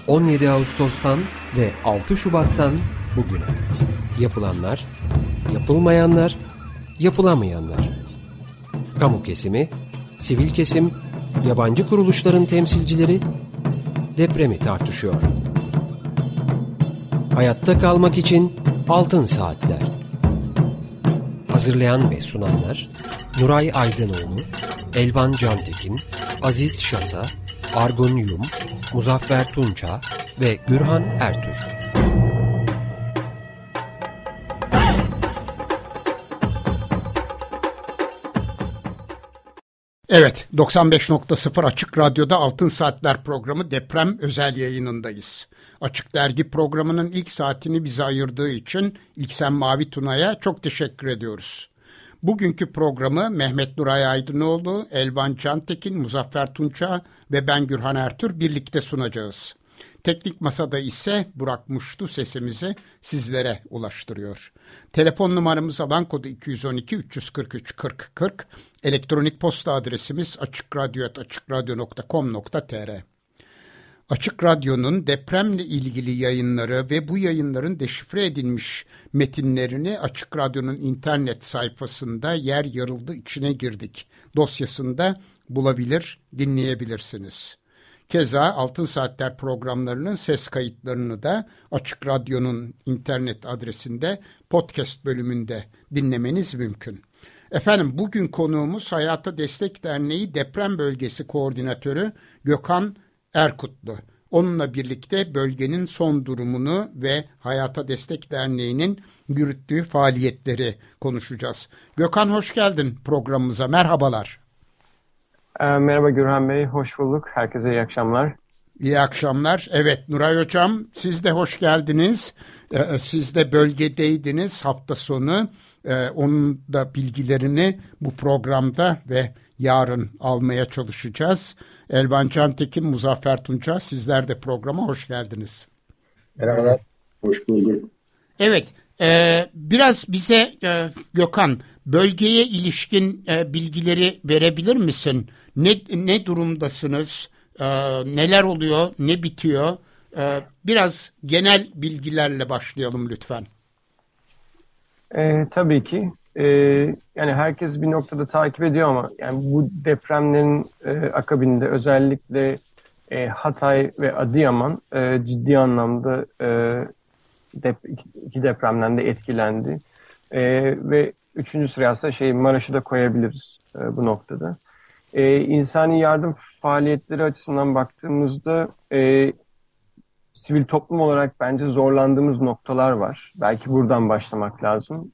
17 Ağustos'tan ve 6 Şubat'tan bugüne. Yapılanlar, yapılmayanlar, yapılamayanlar. Kamu kesimi, sivil kesim, yabancı kuruluşların temsilcileri depremi tartışıyor. Hayatta kalmak için Altın Saatler. Hazırlayan ve sunanlar Nuray Aydınoğlu, Elvan Cantekin, Aziz Şasa, Argun Yum, Muzaffer Tunça ve Gürhan Ertür. Evet, 95.0 Açık Radyo'da Altın Saatler programı deprem özel yayınındayız. Açık Dergi programının ilk saatini bize ayırdığı için İlksen Mavi Tuna'ya çok teşekkür ediyoruz. Bugünkü programı Mehmet Nuray Aydınoğlu, Elvan Cantekin, Muzaffer Tunça ve ben Gürhan Ertür birlikte sunacağız. Teknik masada ise Burak Muştu sesimizi sizlere ulaştırıyor. Telefon numaramız alan kodu 212 343 40 40. Elektronik posta adresimiz açıkradyo@açıkradyo.com.tr. Açık Radyo'nun depremle ilgili yayınları ve bu yayınların deşifre edilmiş metinlerini Açık Radyo'nun internet sayfasında yer yarıldı içine girdik dosyasında bulabilir, dinleyebilirsiniz. Keza Altın Saatler programlarının ses kayıtlarını da Açık Radyo'nun internet adresinde podcast bölümünde dinlemeniz mümkün. Efendim bugün konuğumuz Hayata Destek Derneği Deprem Bölgesi Koordinatörü Gökhan Erkutlu. Onunla birlikte bölgenin son durumunu ve Hayata Destek Derneği'nin yürüttüğü faaliyetleri konuşacağız. Gökhan hoş geldin programımıza. Merhabalar. Merhaba Gürhan Bey, hoş bulduk. Herkese iyi akşamlar. İyi akşamlar. Evet Nuray Hocam siz de hoş geldiniz. Siz de bölgedeydiniz hafta sonu. Onun da bilgilerini bu programda ve yarın almaya çalışacağız. Elvan Cantekin, Muzaffer Tunça sizler de programa hoş geldiniz. Merhaba, hoş bulduk. Evet, biraz bize Gökhan bölgeye ilişkin bilgileri verebilir misin? Ne durumdasınız? Neler oluyor? Ne bitiyor? Biraz genel bilgilerle başlayalım lütfen. Tabii ki. Yani herkes bir noktada takip ediyor ama yani bu depremlerin akabinde özellikle Hatay ve Adıyaman ciddi anlamda iki depremden de etkilendi. Ve üçüncü sırası Maraş'ı da koyabiliriz bu noktada. İnsani yardım faaliyetleri açısından baktığımızda sivil toplum olarak bence zorlandığımız noktalar var. Belki buradan başlamak lazım.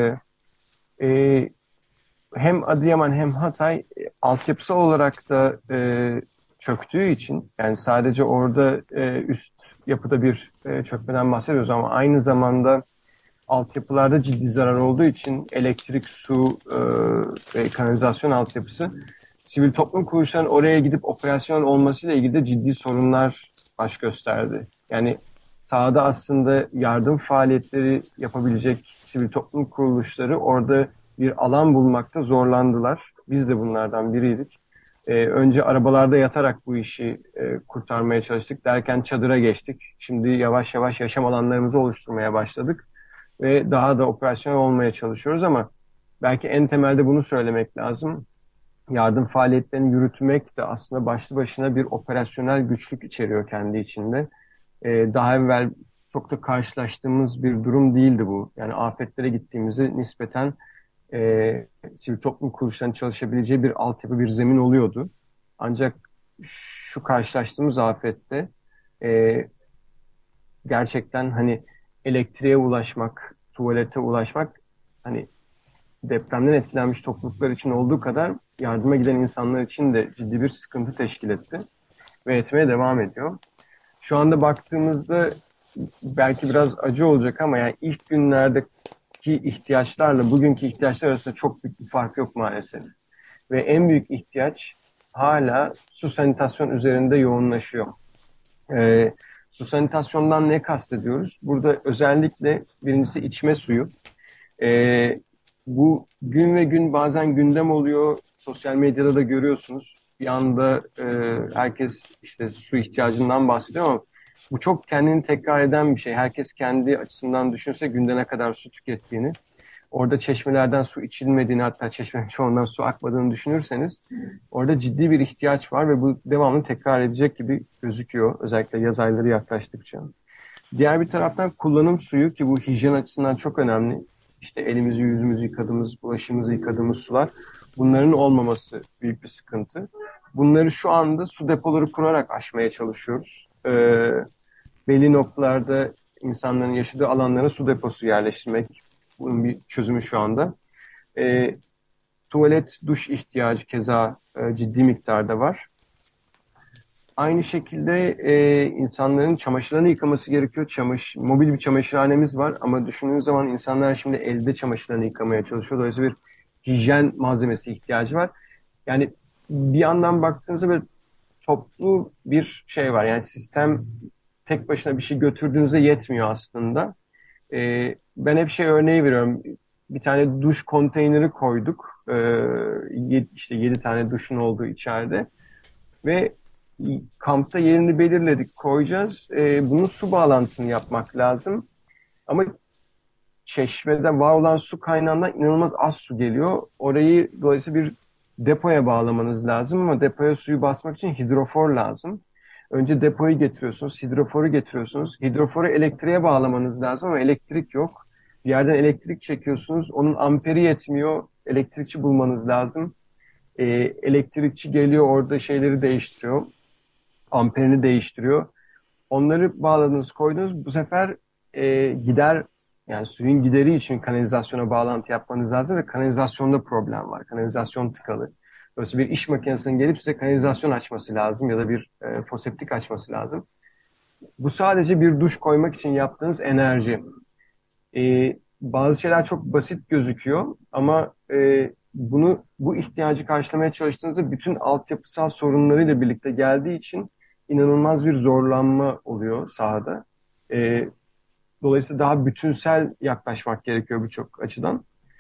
Hem Adıyaman hem Hatay altyapısal olarak da çöktüğü için yani sadece orada üst yapıda bir çökmeden bahsediyoruz ama aynı zamanda altyapılarda ciddi zarar olduğu için elektrik, su ve kanalizasyon altyapısı sivil toplum kuruluşlarının oraya gidip operasyon olmasıyla ilgili de ciddi sorunlar baş gösterdi. Yani sahada aslında yardım faaliyetleri yapabilecek sivil toplum kuruluşları orada bir alan bulmakta zorlandılar. Biz de bunlardan biriydik. Önce arabalarda yatarak bu işi kurtarmaya çalıştık derken çadıra geçtik. Şimdi yavaş yavaş yaşam alanlarımızı oluşturmaya başladık. Ve daha da operasyonel olmaya çalışıyoruz ama belki en temelde bunu söylemek lazım. Yardım faaliyetlerini yürütmek de aslında başlı başına bir operasyonel güçlük içeriyor kendi içinde. Daha evvel çok da karşılaştığımız bir durum değildi bu. Yani afetlere gittiğimizde nispeten sivil toplum kuruluşlarının çalışabileceği bir altyapı, bir zemin oluyordu. Ancak şu karşılaştığımız afette gerçekten hani elektriğe ulaşmak, tuvalete ulaşmak hani depremden etkilenmiş topluluklar için olduğu kadar yardıma giden insanlar için de ciddi bir sıkıntı teşkil etti ve etmeye devam ediyor. Şu anda baktığımızda belki biraz acı olacak ama yani ilk günlerdeki ihtiyaçlarla bugünkü ihtiyaçlar arasında çok büyük bir fark yok maalesef. Ve en büyük ihtiyaç hala su sanitasyon üzerinde yoğunlaşıyor. Su sanitasyondan ne kastediyoruz? Burada özellikle birincisi içme suyu. Bu gün ve gün bazen gündem oluyor. Sosyal medyada da görüyorsunuz. Bir anda herkes işte su ihtiyacından bahsediyor ama Bu çok kendini tekrar eden bir şey. Herkes kendi açısından düşünse günde ne kadar su tükettiğini, orada çeşmelerden su içilmediğini, hatta çeşmenin çoğundan su akmadığını düşünürseniz orada ciddi bir ihtiyaç var ve bu devamlı tekrar edecek gibi gözüküyor. Özellikle yaz ayları yaklaştıkça. Diğer bir taraftan kullanım suyu, ki bu hijyen açısından çok önemli. İşte elimizi, yüzümüzü yıkadığımız, bulaşığımızı yıkadığımız sular, bunların olmaması büyük bir sıkıntı. Bunları şu anda su depoları kurarak aşmaya çalışıyoruz. Belli noktalarda insanların yaşadığı alanlara su deposu yerleştirmek bunun bir çözümü şu anda. Tuvalet, duş ihtiyacı keza ciddi miktarda var. Aynı şekilde insanların çamaşırlarını yıkaması gerekiyor. Mobil bir çamaşırhanemiz var ama düşündüğünüz zaman insanlar şimdi elde çamaşırlarını yıkamaya çalışıyor. Dolayısıyla bir hijyen malzemesi ihtiyacı var. Yani bir yandan baktığınızda böyle toplu bir şey var. Yani sistem tek başına bir şey götürdüğünüzde yetmiyor aslında. Ben hep şey örneği veriyorum. Bir tane duş konteyneri koyduk. İşte 7 tane duşun olduğu içeride. Ve kampta yerini belirledik, koyacağız. Bunun su bağlantısını yapmak lazım. Ama çeşmede var olan su kaynağından inanılmaz az su geliyor. Orayı dolayısıyla bir depoya bağlamanız lazım ama depoya suyu basmak için hidrofor lazım. Önce depoyu getiriyorsunuz, hidroforu getiriyorsunuz. Hidroforu elektriğe bağlamanız lazım ama elektrik yok. Bir yerden elektrik çekiyorsunuz, onun amperi yetmiyor. Elektrikçi bulmanız lazım. Elektrikçi geliyor, orada şeyleri değiştiriyor. Amperini değiştiriyor. Onları bağladınız, koydunuz. Bu sefer gider, yani suyun gideri için kanalizasyona bağlantı yapmanız lazım ve kanalizasyonda problem var. Kanalizasyon tıkalı. Dolayısıyla bir iş makinesinin gelip size kanalizasyon açması lazım ya da bir foseptik açması lazım. Bu sadece bir duş koymak için yaptığınız enerji. Bazı şeyler çok basit gözüküyor ama bu ihtiyacı karşılamaya çalıştığınızda bütün altyapısal sorunlarıyla birlikte geldiği için inanılmaz bir zorlanma oluyor sahada. Dolayısıyla daha bütünsel yaklaşmak gerekiyor birçok açıdan.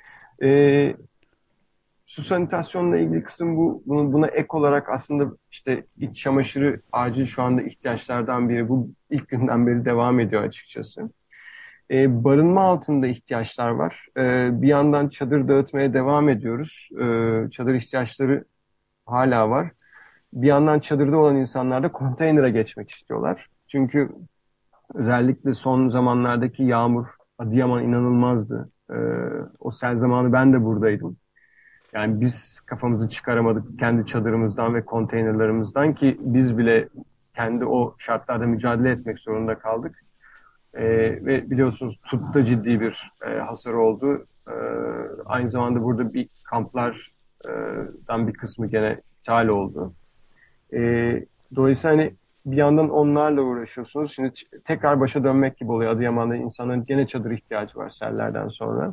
Su sanitasyonla ilgili kısım bu. Buna ek olarak aslında işte iç çamaşırı acil şu anda ihtiyaçlardan biri. Bu ilk günden beri devam ediyor açıkçası. Barınma altında ihtiyaçlar var. Bir yandan çadır dağıtmaya devam ediyoruz. Çadır ihtiyaçları hala var. Bir yandan çadırda olan insanlar da konteynere geçmek istiyorlar. Çünkü özellikle son zamanlardaki yağmur, Adıyaman inanılmazdı. O sel zamanı ben de buradaydım. Yani biz kafamızı çıkaramadık kendi çadırımızdan ve konteynerlarımızdan ki biz bile kendi o şartlarda mücadele etmek zorunda kaldık. Ve biliyorsunuz TUT'ta ciddi bir hasar oldu. Aynı zamanda burada bir kamplardan bir kısmı gene iptal oldu. Dolayısıyla hani bir yandan onlarla uğraşıyorsunuz. Şimdi tekrar başa dönmek gibi oluyor. Adıyaman'da insanların gene çadır ihtiyacı var sellerden sonra.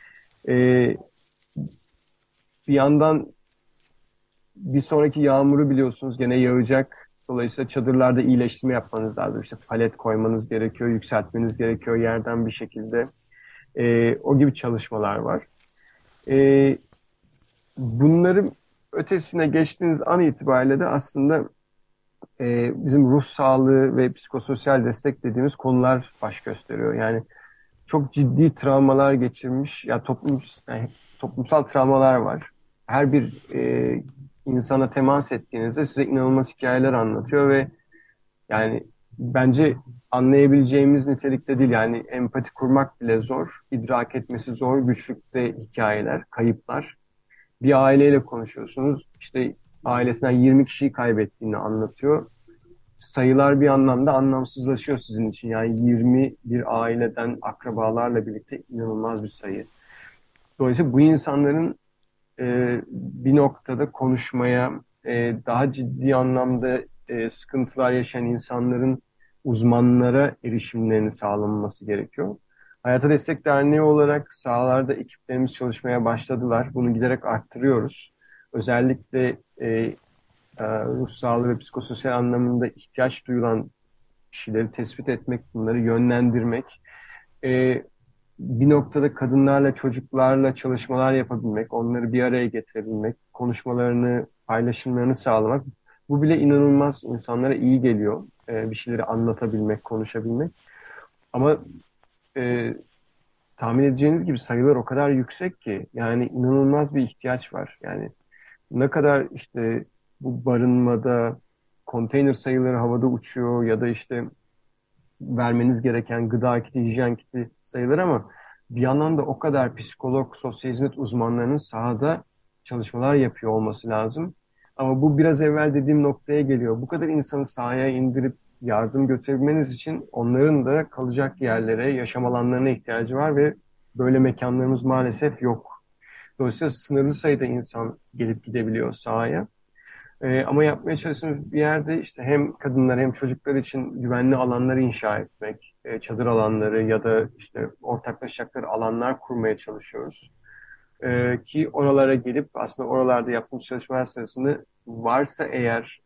Bir yandan bir sonraki yağmuru biliyorsunuz gene yağacak. Dolayısıyla çadırlarda iyileştirme yapmanız lazım. İşte palet koymanız gerekiyor, yükseltmeniz gerekiyor yerden bir şekilde. O gibi çalışmalar var. Bunların ötesine geçtiğiniz an itibariyle de aslında bizim ruh sağlığı ve psikososyal destek dediğimiz konular baş gösteriyor. Yani çok ciddi travmalar geçirmiş, ya toplumsal travmalar var. Her bir insana temas ettiğinizde size inanılmaz hikayeler anlatıyor ve yani bence anlayabileceğimiz nitelikte değil. Yani empati kurmak bile zor, idrak etmesi zor, güçlükte hikayeler, kayıplar. Bir aileyle konuşuyorsunuz, işte ailesinden 20 kişiyi kaybettiğini anlatıyor. Sayılar bir anlamda anlamsızlaşıyor sizin için. Yani 20 bir aileden akrabalarla birlikte inanılmaz bir sayı. Dolayısıyla bu insanların bir noktada konuşmaya, daha ciddi anlamda sıkıntılar yaşayan insanların uzmanlara erişimlerini sağlanması gerekiyor. Hayata Destek Derneği olarak sahalarda ekiplerimiz çalışmaya başladılar. Bunu giderek arttırıyoruz. Özellikle ruh sağlığı ve psikososyal anlamında ihtiyaç duyulan kişileri tespit etmek, bunları yönlendirmek, bir noktada kadınlarla, çocuklarla çalışmalar yapabilmek, onları bir araya getirebilmek, konuşmalarını, paylaşımlarını sağlamak, bu bile inanılmaz insanlara iyi geliyor. bir şeyleri anlatabilmek, konuşabilmek. Ama tahmin edeceğiniz gibi sayılar o kadar yüksek ki yani inanılmaz bir ihtiyaç var. Yani ne kadar işte bu barınmada konteyner sayıları havada uçuyor ya da işte vermeniz gereken gıda kiti, hijyen kiti sayıları ama bir yandan da o kadar psikolog, sosyal hizmet uzmanlarının sahada çalışmalar yapıyor olması lazım. Ama bu biraz evvel dediğim noktaya geliyor. Bu kadar insanı sahaya indirip yardım götürebilmeniz için onların da kalacak yerlere, yaşam alanlarına ihtiyacı var ve böyle mekanlarımız maalesef yok. Dolayısıyla sınırlı sayıda insan gelip gidebiliyor sahaya. Ama yapmaya çalıştığımız bir yerde işte hem kadınlar hem çocuklar için güvenli alanları inşa etmek, çadır alanları ya da işte ortaklaşacakları alanlar kurmaya çalışıyoruz. Ki oralara gelip aslında oralarda yaptığımız çalışmalar sırasında varsa eğer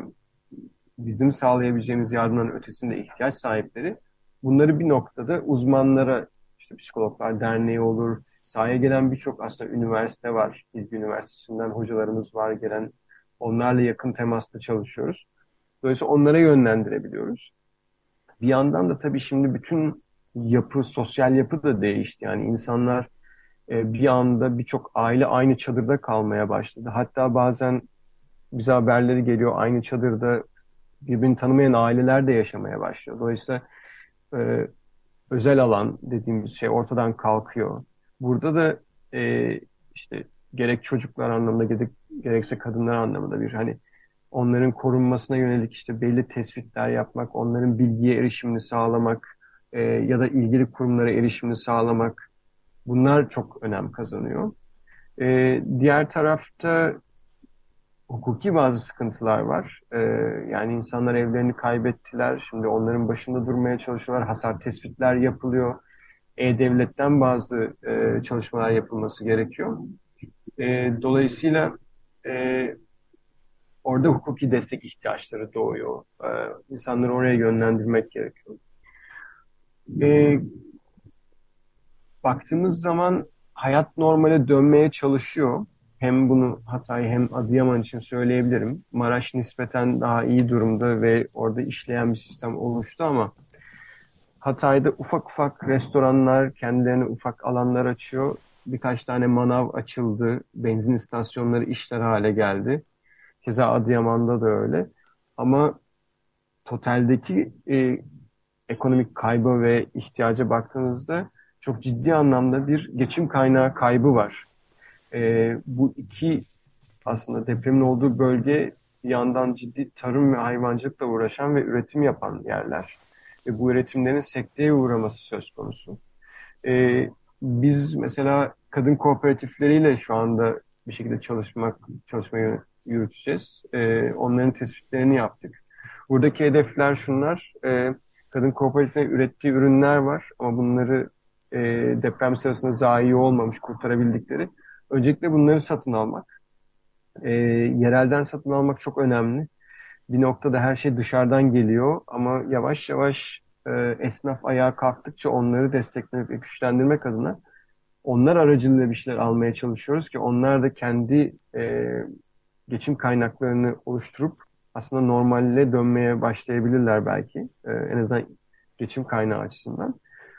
bizim sağlayabileceğimiz yardımların ötesinde ihtiyaç sahipleri bunları bir noktada uzmanlara, işte Psikologlar Derneği olur, sahaya gelen birçok aslında üniversite var. Bilgi Üniversitesi'nden hocalarımız var gelen. Onlarla yakın temasta çalışıyoruz. Dolayısıyla onlara yönlendirebiliyoruz. Bir yandan da tabii şimdi bütün yapı, sosyal yapı da değişti. Yani insanlar bir anda birçok aile aynı çadırda kalmaya başladı. Hatta bazen bize haberleri geliyor aynı çadırda birbirini tanımayan aileler de yaşamaya başlıyor. Dolayısıyla e, özel alan dediğimiz şey ortadan kalkıyor. Burada da işte gerek çocuklar anlamında gerekse kadınlar anlamında bir hani onların korunmasına yönelik işte belli tespitler yapmak, onların bilgiye erişimini sağlamak ya da ilgili kurumlara erişimini sağlamak bunlar çok önem kazanıyor. Diğer tarafta hukuki bazı sıkıntılar var. Yani insanlar evlerini kaybettiler. Şimdi onların başında durmaya çalışıyorlar. Hasar tespitler yapılıyor. E-Devlet'ten bazı çalışmalar yapılması gerekiyor. Dolayısıyla orada hukuki destek ihtiyaçları doğuyor. İnsanları oraya yönlendirmek gerekiyor. Baktığımız zaman hayat normale dönmeye çalışıyor. Hem bunu Hatay hem Adıyaman için söyleyebilirim. Maraş nispeten daha iyi durumda ve orada işleyen bir sistem oluştu ama Hatay'da ufak ufak restoranlar kendilerine ufak alanlar açıyor. Birkaç tane manav açıldı. Benzin istasyonları işler hale geldi. Keza Adıyaman'da da öyle. Ama totaldeki ekonomik kaybı ve ihtiyaca baktığınızda çok ciddi anlamda bir geçim kaynağı kaybı var. Bu iki aslında depremin olduğu bölge bir yandan ciddi tarım ve hayvancılıkla uğraşan ve üretim yapan yerler. Ve bu üretimlerin sekteye uğraması söz konusu. Biz mesela kadın kooperatifleriyle şu anda bir şekilde çalışmayı yürüteceğiz. Onların tespitlerini yaptık. Buradaki hedefler şunlar. Kadın kooperatiflerin ürettiği ürünler var ama bunları deprem sırasında zayi olmamış kurtarabildikleri. Öncelikle bunları satın almak. Yerelden satın almak çok önemli. Bir noktada her şey dışarıdan geliyor ama yavaş yavaş esnaf ayağa kalktıkça onları desteklemek ve güçlendirmek adına onlar aracılığıyla bir şeyler almaya çalışıyoruz ki onlar da kendi geçim kaynaklarını oluşturup aslında normale dönmeye başlayabilirler belki. En azından geçim kaynağı açısından.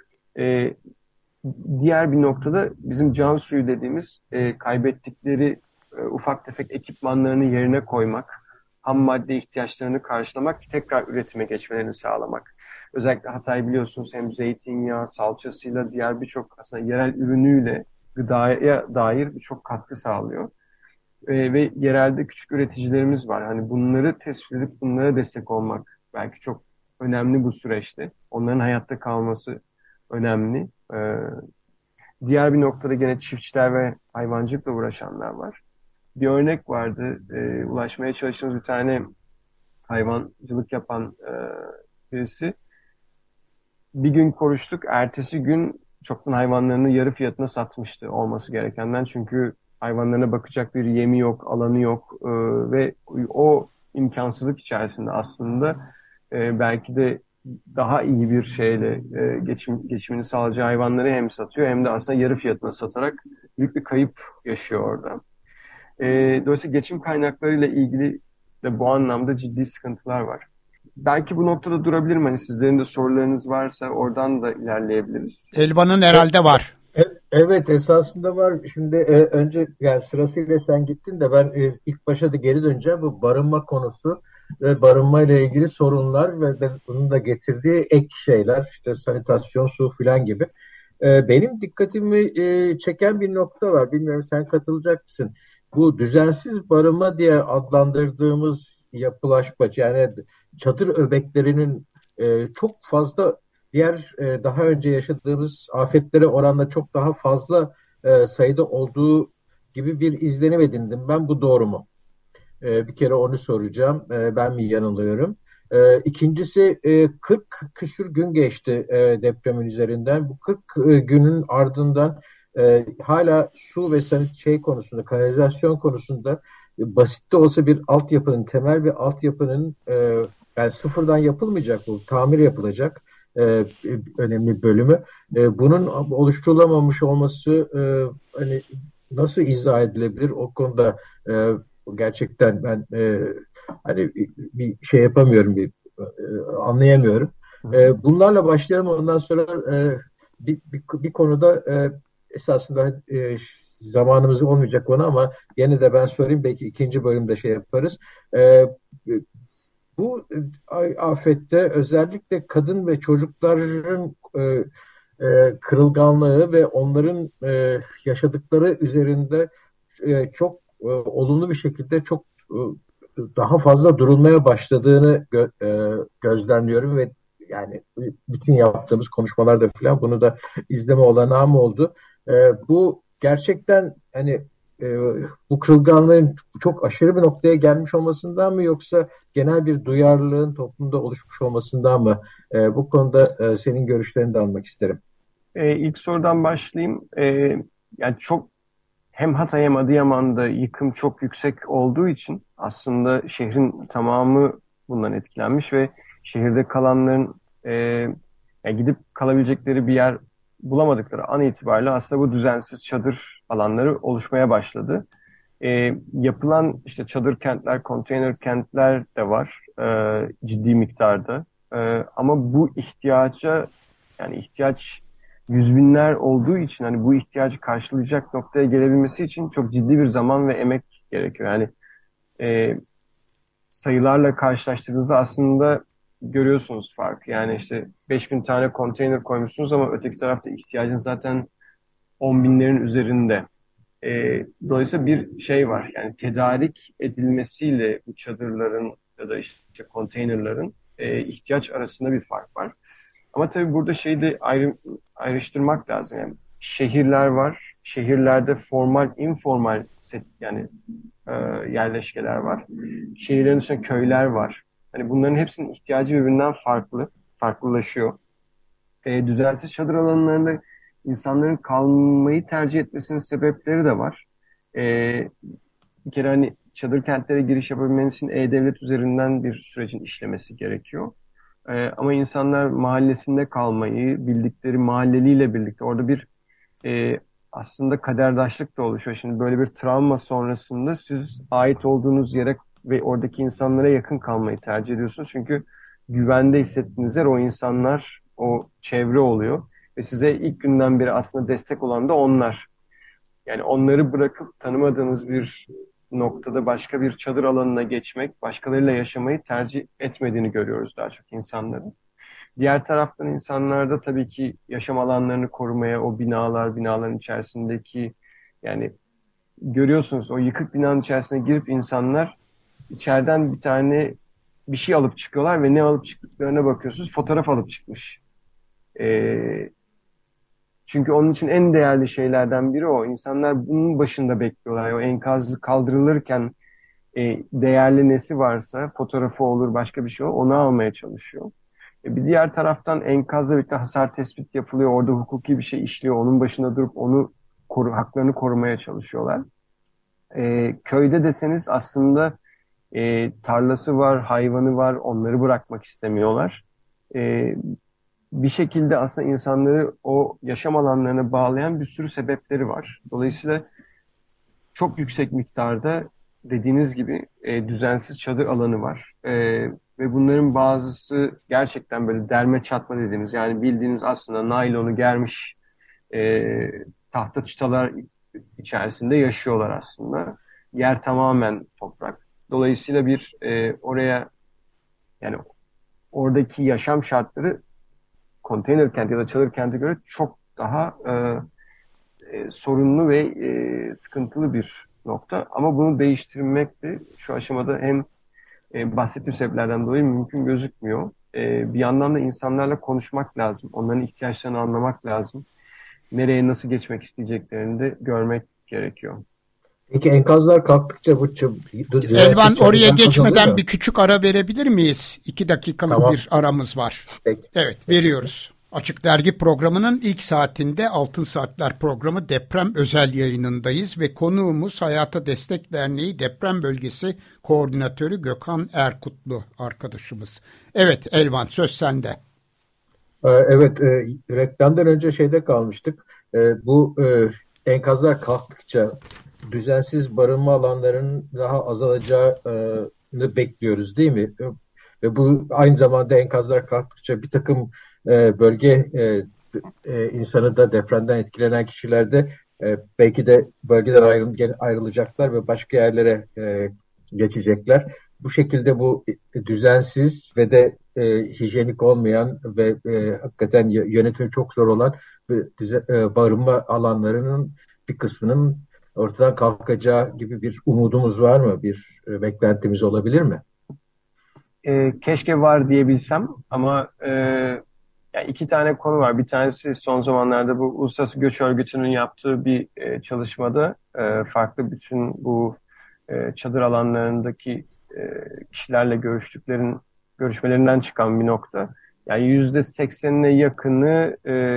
Diğer bir noktada bizim can suyu dediğimiz kaybettikleri ufak tefek ekipmanlarını yerine koymak, ham madde ihtiyaçlarını karşılamak, tekrar üretime geçmelerini sağlamak. Özellikle Hatay biliyorsunuz hem zeytinyağı, salçasıyla diğer birçok aslında yerel ürünüyle gıdaya dair birçok katkı sağlıyor. Ve yerelde küçük üreticilerimiz var. Hani bunları tespit edip bunlara destek olmak belki çok önemli bu süreçte. Onların hayatta kalması önemli. Diğer bir noktada gene çiftçiler ve hayvancılıkla uğraşanlar var. Bir örnek vardı. Ulaşmaya çalıştığımız bir tane hayvancılık yapan birisi. Bir gün konuştuk. Ertesi gün çoktan hayvanlarını yarı fiyatına satmıştı olması gerekenden. Çünkü hayvanlarına bakacak bir yemi yok, alanı yok ve o imkansızlık içerisinde aslında belki de daha iyi bir şeyle geçimini sağlayacağı hayvanları hem satıyor hem de aslında yarı fiyatına satarak büyük bir kayıp yaşıyor orada. Dolayısıyla geçim kaynaklarıyla ilgili de bu anlamda ciddi sıkıntılar var. belki bu noktada durabilirim. Hani sizlerin de sorularınız varsa oradan da ilerleyebiliriz. Elvan'ın herhalde var. Evet, esasında var. Şimdi önce yani sırasıyla sen gittin de ben ilk başa da geri döneceğim. Bu barınma konusu ve barınma ile ilgili sorunlar ve bunun da getirdiği ek şeyler, işte sanitasyon, su filan gibi. Benim dikkatimi çeken bir nokta var. Bilmiyorum, sen katılacak mısın? Bu düzensiz barınma diye adlandırdığımız yapılaşma, yani çadır öbeklerinin çok fazla diğer daha önce yaşadığımız afetlere oranla çok daha fazla sayıda olduğu gibi bir izlenim edindim. Ben, bu doğru mu? Bir kere onu soracağım. Ben mi yanılıyorum? İkincisi, 40 küsür gün geçti depremin üzerinden. Bu 40 günün ardından hala su ve şey konusunda, kanalizasyon konusunda basit de olsa bir altyapının, temel bir altyapının, yani sıfırdan yapılmayacak, bu tamir yapılacak önemli bölümü. Bunun oluşturulamamış olması hani nasıl izah edilebilir? O konuda gerçekten ben hani bir şey yapamıyorum, anlayamıyorum. Bunlarla başlayalım. Ondan sonra bir konuda esasında zamanımız olmayacak konu ama yine de ben sorayım, belki ikinci bölümde şey yaparız. Bu afette özellikle kadın ve çocukların kırılganlığı ve onların yaşadıkları üzerinde çok olumlu bir şekilde çok daha fazla durulmaya başladığını gözlemliyorum ve yani bütün yaptığımız konuşmalarda falan bunu da izleme olanağım oldu. Bu gerçekten hani e, bu kırılganlığın çok aşırı bir noktaya gelmiş olmasından mı, yoksa genel bir duyarlılığın toplumda oluşmuş olmasından mı? Bu konuda senin görüşlerini de almak isterim. İlk sorudan başlayayım. Yani hem Hatay hem Adıyaman'da yıkım çok yüksek olduğu için aslında şehrin tamamı bundan etkilenmiş ve şehirde kalanların yani gidip kalabilecekleri bir yer bulamadıkları an itibariyle aslında bu düzensiz çadır alanları oluşmaya başladı. Yapılan işte çadır kentler, konteyner kentler de var ciddi miktarda. Ama bu ihtiyaç yüz binler olduğu için hani bu ihtiyacı karşılayacak noktaya gelebilmesi için çok ciddi bir zaman ve emek gerekiyor. Yani e, sayılarla karşılaştırdığınızda aslında görüyorsunuz farkı. Yani işte 5.000 tane konteyner koymuşsunuz ama öteki tarafta ihtiyacın zaten 10 binlerin üzerinde. Dolayısıyla bir şey var. Yani tedarik edilmesiyle bu çadırların ya da işte konteynerların ihtiyaç arasında bir fark var. Ama tabii burada şeyi de ayrıştırmak lazım. Yani şehirler var. Şehirlerde formal, informal yani yerleşkeler var. Şehirlerin dışında köyler var. Hani bunların hepsinin ihtiyacı birbirinden farklılaşıyor. Düzensiz çadır alanlarında insanların kalmayı tercih etmesinin sebepleri de var. E, Bir kere hani çadır kentlere giriş yapabilmeniz için E-Devlet üzerinden bir sürecin işlemesi gerekiyor. Ama insanlar mahallesinde kalmayı, bildikleri mahalleliyle birlikte orada bir aslında kaderdaşlık da oluşuyor. Şimdi böyle bir travma sonrasında siz ait olduğunuz yere ve oradaki insanlara yakın kalmayı tercih ediyorsunuz. Çünkü güvende hissettiğiniz yer o insanlar, o çevre oluyor. Ve size ilk günden beri aslında destek olan da onlar. Yani onları bırakıp tanımadığınız bir noktada başka bir çadır alanına geçmek, başkalarıyla yaşamayı tercih etmediğini görüyoruz daha çok insanların. Diğer taraftan insanlarda tabii ki yaşam alanlarını korumaya, o binaların içerisindeki yani görüyorsunuz o yıkık binanın içerisine girip insanlar içeriden bir şey alıp çıkıyorlar ve ne alıp çıktıklarına bakıyorsunuz, fotoğraf alıp çıkmış. Ee, Çünkü onun için en değerli şeylerden biri o. İnsanlar bunun başında bekliyorlar. O enkaz kaldırılırken değerli nesi varsa fotoğrafı olur, başka bir şey olur, onu almaya çalışıyor. Bir diğer taraftan enkazla birlikte hasar tespit yapılıyor. Orada hukuki bir şey işliyor. Onun başında durup haklarını korumaya çalışıyorlar. Köyde deseniz aslında tarlası var, hayvanı var. Onları bırakmak istemiyorlar. E, Bir şekilde aslında insanları o yaşam alanlarına bağlayan bir sürü sebepleri var. Dolayısıyla çok yüksek miktarda dediğiniz gibi düzensiz çadır alanı var. Ve ve bunların bazısı gerçekten böyle derme çatma dediğimiz, yani bildiğiniz aslında naylonu germiş tahta çıtalar içerisinde yaşıyorlar aslında. Yer tamamen toprak. Dolayısıyla bir oraya, yani oradaki yaşam şartları konteyner kent ya da çadır kente göre çok daha sorunlu ve sıkıntılı bir nokta. Ama bunu değiştirmek de şu aşamada hem bahsettiğim sebeplerden dolayı mümkün gözükmüyor. Bir yandan da insanlarla konuşmak lazım. Onların ihtiyaçlarını anlamak lazım. Nereye nasıl geçmek isteyeceklerini de görmek gerekiyor. Peki enkazlar kalktıkça bu Elvan, oraya geçmeden azalıyor. bir küçük ara verebilir miyiz? 2 dakikalık Tamam. bir aramız var. Peki. Evet, veriyoruz. Açık Dergi programının ilk saatinde Altın Saatler programı deprem özel yayınındayız ve konuğumuz Hayata Destek Derneği Deprem Bölgesi Koordinatörü Gökhan Erkutlu arkadaşımız. Evet Elvan, söz sende. Evet, reklamdan önce şeyde kalmıştık. Bu enkazlar kalktıkça düzensiz barınma alanlarının daha azalacağını bekliyoruz, değil mi? Ve bu aynı zamanda enkazlar kalktıkça bir takım bölge insanı da depremden etkilenen kişiler de belki de bölgeden ayrılacaklar ve başka yerlere geçecekler. Bu şekilde bu düzensiz ve de hijyenik olmayan ve hakikaten yönetimi çok zor olan barınma alanlarının bir kısmının ortadan kalkacağı gibi bir umudumuz var mı? Bir beklentimiz olabilir mi? Keşke var diyebilsem ama yani 2 tane konu var. Bir tanesi son zamanlarda bu Uluslararası Göç Örgütü'nün yaptığı bir çalışmada farklı bütün bu çadır alanlarındaki kişilerle görüşmelerinden çıkan bir nokta. Yani %80'ine yakını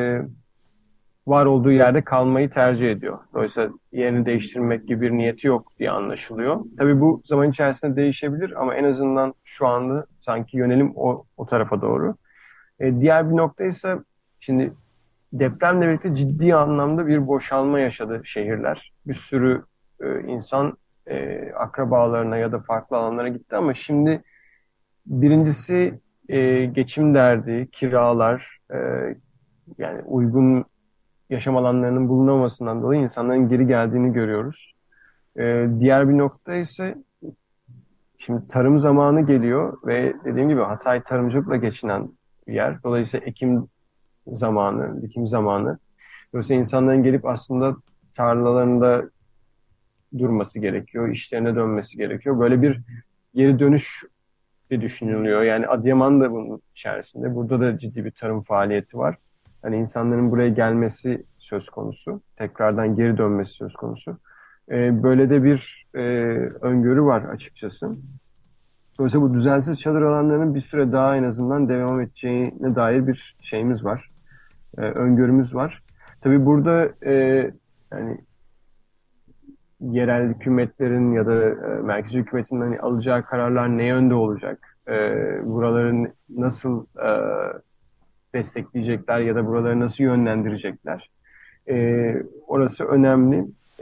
var olduğu yerde kalmayı tercih ediyor. Dolayısıyla yerini değiştirmek gibi bir niyeti yok diye anlaşılıyor. Tabii bu zaman içerisinde değişebilir ama en azından şu anda sanki yönelim o tarafa doğru. Diğer bir nokta ise şimdi depremle birlikte ciddi anlamda bir boşalma yaşadı şehirler. Bir sürü insan akrabalarına ya da farklı alanlara gitti ama şimdi birincisi geçim derdi, kiralar, yani uygun yaşam alanlarının bulunamamasından dolayı insanların geri geldiğini görüyoruz. Diğer bir nokta ise şimdi tarım zamanı geliyor ve dediğim gibi Hatay tarımcılıkla geçinen bir yer. Dolayısıyla ekim zamanı, dikim zamanı. Dolayısıyla insanların gelip aslında tarlalarında durması gerekiyor, işlerine dönmesi gerekiyor. Böyle bir geri dönüş de düşünülüyor. Yani Adıyaman da bunun içerisinde. Burada da ciddi bir tarım faaliyeti var. Hani insanların buraya gelmesi söz konusu. Tekrardan geri dönmesi söz konusu. Böyle de bir öngörü var açıkçası. Dolayısıyla bu düzensiz çadır alanlarının bir süre daha en azından devam edeceğine dair bir şeyimiz var. Öngörümüz var. Tabii burada yani yerel hükümetlerin ya da merkezi hükümetin hani alacağı kararlar ne yönde olacak? Buraları nasıl destekleyecekler ya da buraları nasıl yönlendirecekler? Orası önemli.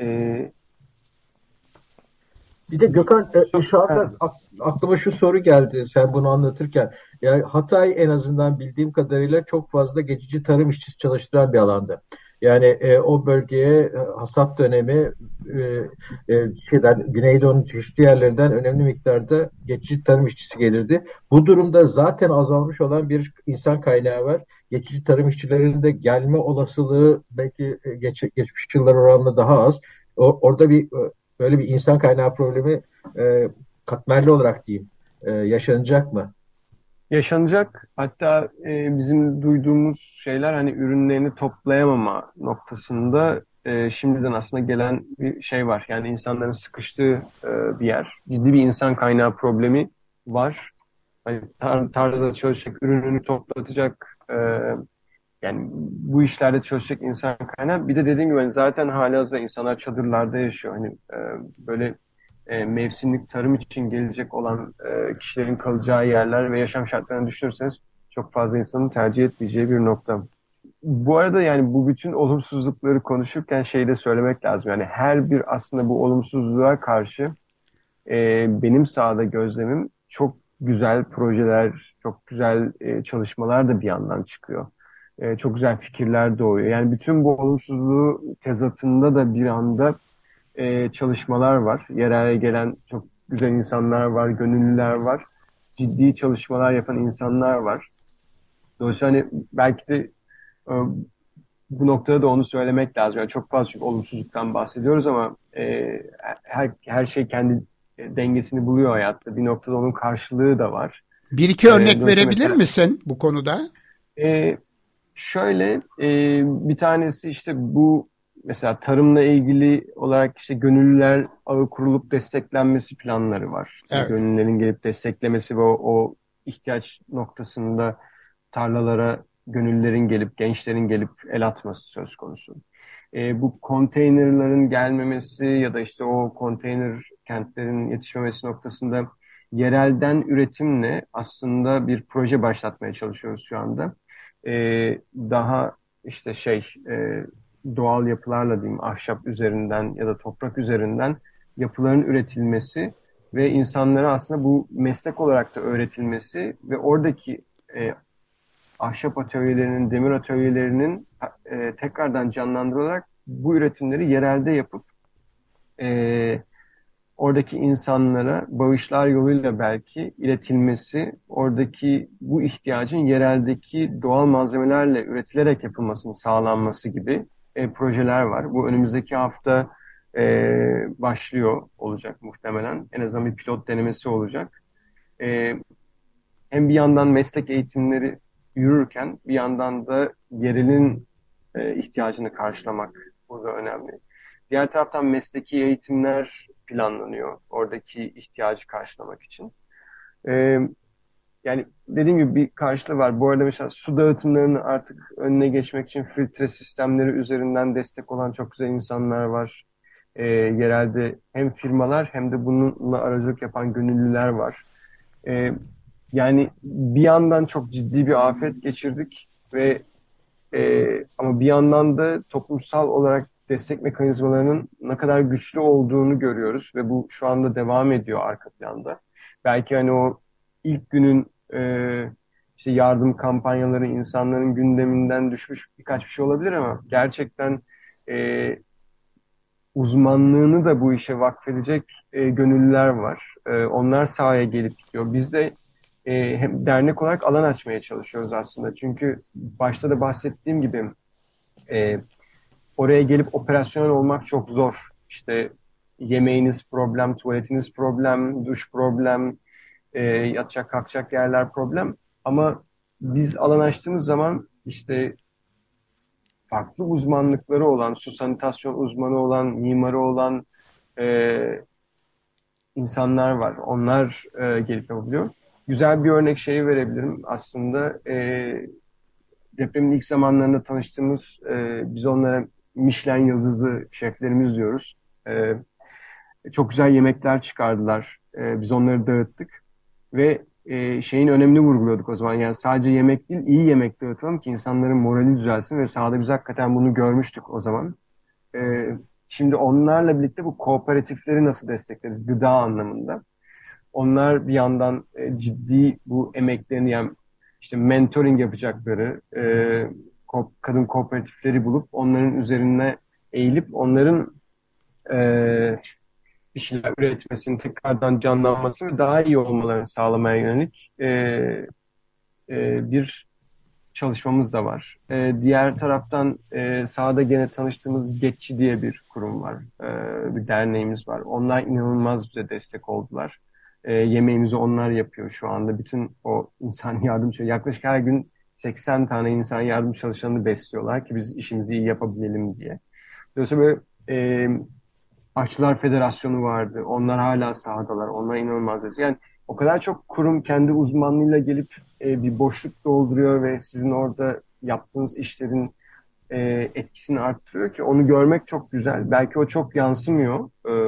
Bir de Gökhan, şu anda aklıma şu soru geldi sen bunu anlatırken. Yani Hatay en azından bildiğim kadarıyla çok fazla geçici tarım işçisi çalıştıran bir alanda. Yani o bölgeye hasat dönemi Güneydoğu'nun çeşitli yerlerinden önemli miktarda geçici tarım işçisi gelirdi. Bu durumda zaten azalmış olan bir insan kaynağı var. Geçici tarım işçilerinin de gelme olasılığı belki geçmiş yıllar oranla daha az. Orada böyle bir insan kaynağı problemi katmerli olarak diyeyim yaşanacak mı? Yaşanacak. Hatta bizim duyduğumuz şeyler hani ürünlerini toplayamama noktasında şimdiden aslında gelen bir şey var. Yani insanların sıkıştığı bir yer. Ciddi bir insan kaynağı problemi var. Hani tarlada çalışacak, ürününü toplatacak, yani bu işlerde çalışacak insan kaynağı. Bir de dediğim gibi hani zaten halihazırda insanlar çadırlarda yaşıyor. Hani böyle mevsimlik tarım için gelecek olan kişilerin kalacağı yerler ve yaşam şartlarını düşünürseniz çok fazla insanın tercih etmeyeceği bir nokta. Bu arada yani bu bütün olumsuzlukları konuşurken şey de söylemek lazım. Yani her bir aslında bu olumsuzluğa karşı benim sahada gözlemim çok güzel projeler, çok güzel çalışmalar da bir yandan çıkıyor. Çok güzel fikirler doğuyor. Yani bütün bu olumsuzluğu tezatında da bir anda çalışmalar var. Yerel gelen çok güzel insanlar var, gönüllüler var. Ciddi çalışmalar yapan insanlar var. Dolayısıyla hani belki de e, bu noktada da onu söylemek lazım. Yani çok fazla çünkü olumsuzluktan bahsediyoruz ama her şey kendi dengesini buluyor hayatta. Bir noktada onun karşılığı da var. Bir iki örnek Dolayısıyla verebilir mesela misin bu konuda? e, şöyle bir tanesi işte bu mesela tarımla ilgili olarak işte gönüllüler ağı kurulup desteklenmesi planları var. İşte Evet. gönüllülerin gelip desteklemesi ve o ihtiyaç noktasında tarlalara gönüllülerin gelip, gençlerin gelip el atması söz konusu. Bu konteynerların gelmemesi ya da işte o konteyner kentlerin yetişmemesi noktasında yerelden üretimle aslında bir proje başlatmaya çalışıyoruz şu anda. Daha işte doğal yapılarla diyeyim ahşap üzerinden ya da toprak üzerinden yapıların üretilmesi ve insanlara aslında bu meslek olarak da öğretilmesi ve oradaki ahşap atölyelerinin, demir atölyelerinin tekrardan canlandırılarak bu üretimleri yerelde yapıp e, oradaki insanlara bağışlar yoluyla belki iletilmesi, oradaki bu ihtiyacın yereldeki doğal malzemelerle üretilerek yapılmasının sağlanması gibi projeler var. Bu önümüzdeki hafta başlıyor olacak muhtemelen. En azından bir pilot denemesi olacak. E, Hem bir yandan meslek eğitimleri yürürken bir yandan da yerelin ihtiyacını karşılamak burada önemli. Diğer taraftan mesleki eğitimler planlanıyor oradaki ihtiyacı karşılamak için. E, Yani dediğim gibi bir karşılığı var. Bu arada mesela su dağıtımlarını artık önüne geçmek için filtre sistemleri üzerinden destek olan çok güzel insanlar var. Yerelde hem firmalar hem de bununla aracılık yapan gönüllüler var. E, Yani bir yandan çok ciddi bir afet geçirdik ve ama bir yandan da toplumsal olarak destek mekanizmalarının ne kadar güçlü olduğunu görüyoruz ve bu şu anda devam ediyor arka planda. Belki hani o ilk günün işte yardım kampanyaları insanların gündeminden düşmüş birkaç bir şey olabilir ama gerçekten e, uzmanlığını da bu işe vakfedecek gönüllüler var. Onlar sahaya gelip gidiyor. Biz de hem dernek olarak alan açmaya çalışıyoruz aslında. Çünkü başta da bahsettiğim gibi e, oraya gelip operasyonel olmak çok zor. İşte yemeğiniz problem, tuvaletiniz problem, duş problem, yatacak kalkacak yerler problem. Ama biz alan açtığımız zaman işte farklı uzmanlıkları olan, su sanitasyon uzmanı olan, mimarı olan insanlar var. Onlar gelip yapabiliyor. Güzel bir örnek şeyi verebilirim. Aslında depremin ilk zamanlarında tanıştığımız, biz onlara Michelin yıldızlı şeflerimiz diyoruz. Çok güzel yemekler çıkardılar. Biz onları dağıttık. Ve şeyin önemini vurguluyorduk o zaman. Yani sadece yemek değil, iyi yemek dağıtalım ki insanların morali düzelsin ve sahada biz hakikaten bunu görmüştük o zaman. E, Şimdi onlarla birlikte bu kooperatifleri nasıl destekleriz gıda anlamında? Onlar bir yandan ciddi bu emeklerini yani işte mentoring yapacakları kadın kooperatifleri bulup onların üzerine eğilip onların e, bir şeyler üretmesini, tekrardan canlanması ve daha iyi olmalarını sağlamaya yönelik bir çalışmamız da var. Diğer taraftan sahada gene tanıştığımız Getçi diye bir kurum var. Bir derneğimiz var. Onlar inanılmaz bize destek oldular. Yemeğimizi onlar yapıyor şu anda. Bütün o insan yardım yaklaşık her gün 80 tane insan yardım çalışanını besliyorlar ki biz işimizi iyi yapabilelim diye. Dolayısıyla böyle Aşçılar Federasyonu vardı. Onlar hala sahadalar. Onlar inanılmaz destek. Yani o kadar çok kurum kendi uzmanlığıyla gelip bir boşluk dolduruyor ve sizin orada yaptığınız işlerin etkisini arttırıyor ki onu görmek çok güzel. Belki o çok yansımıyor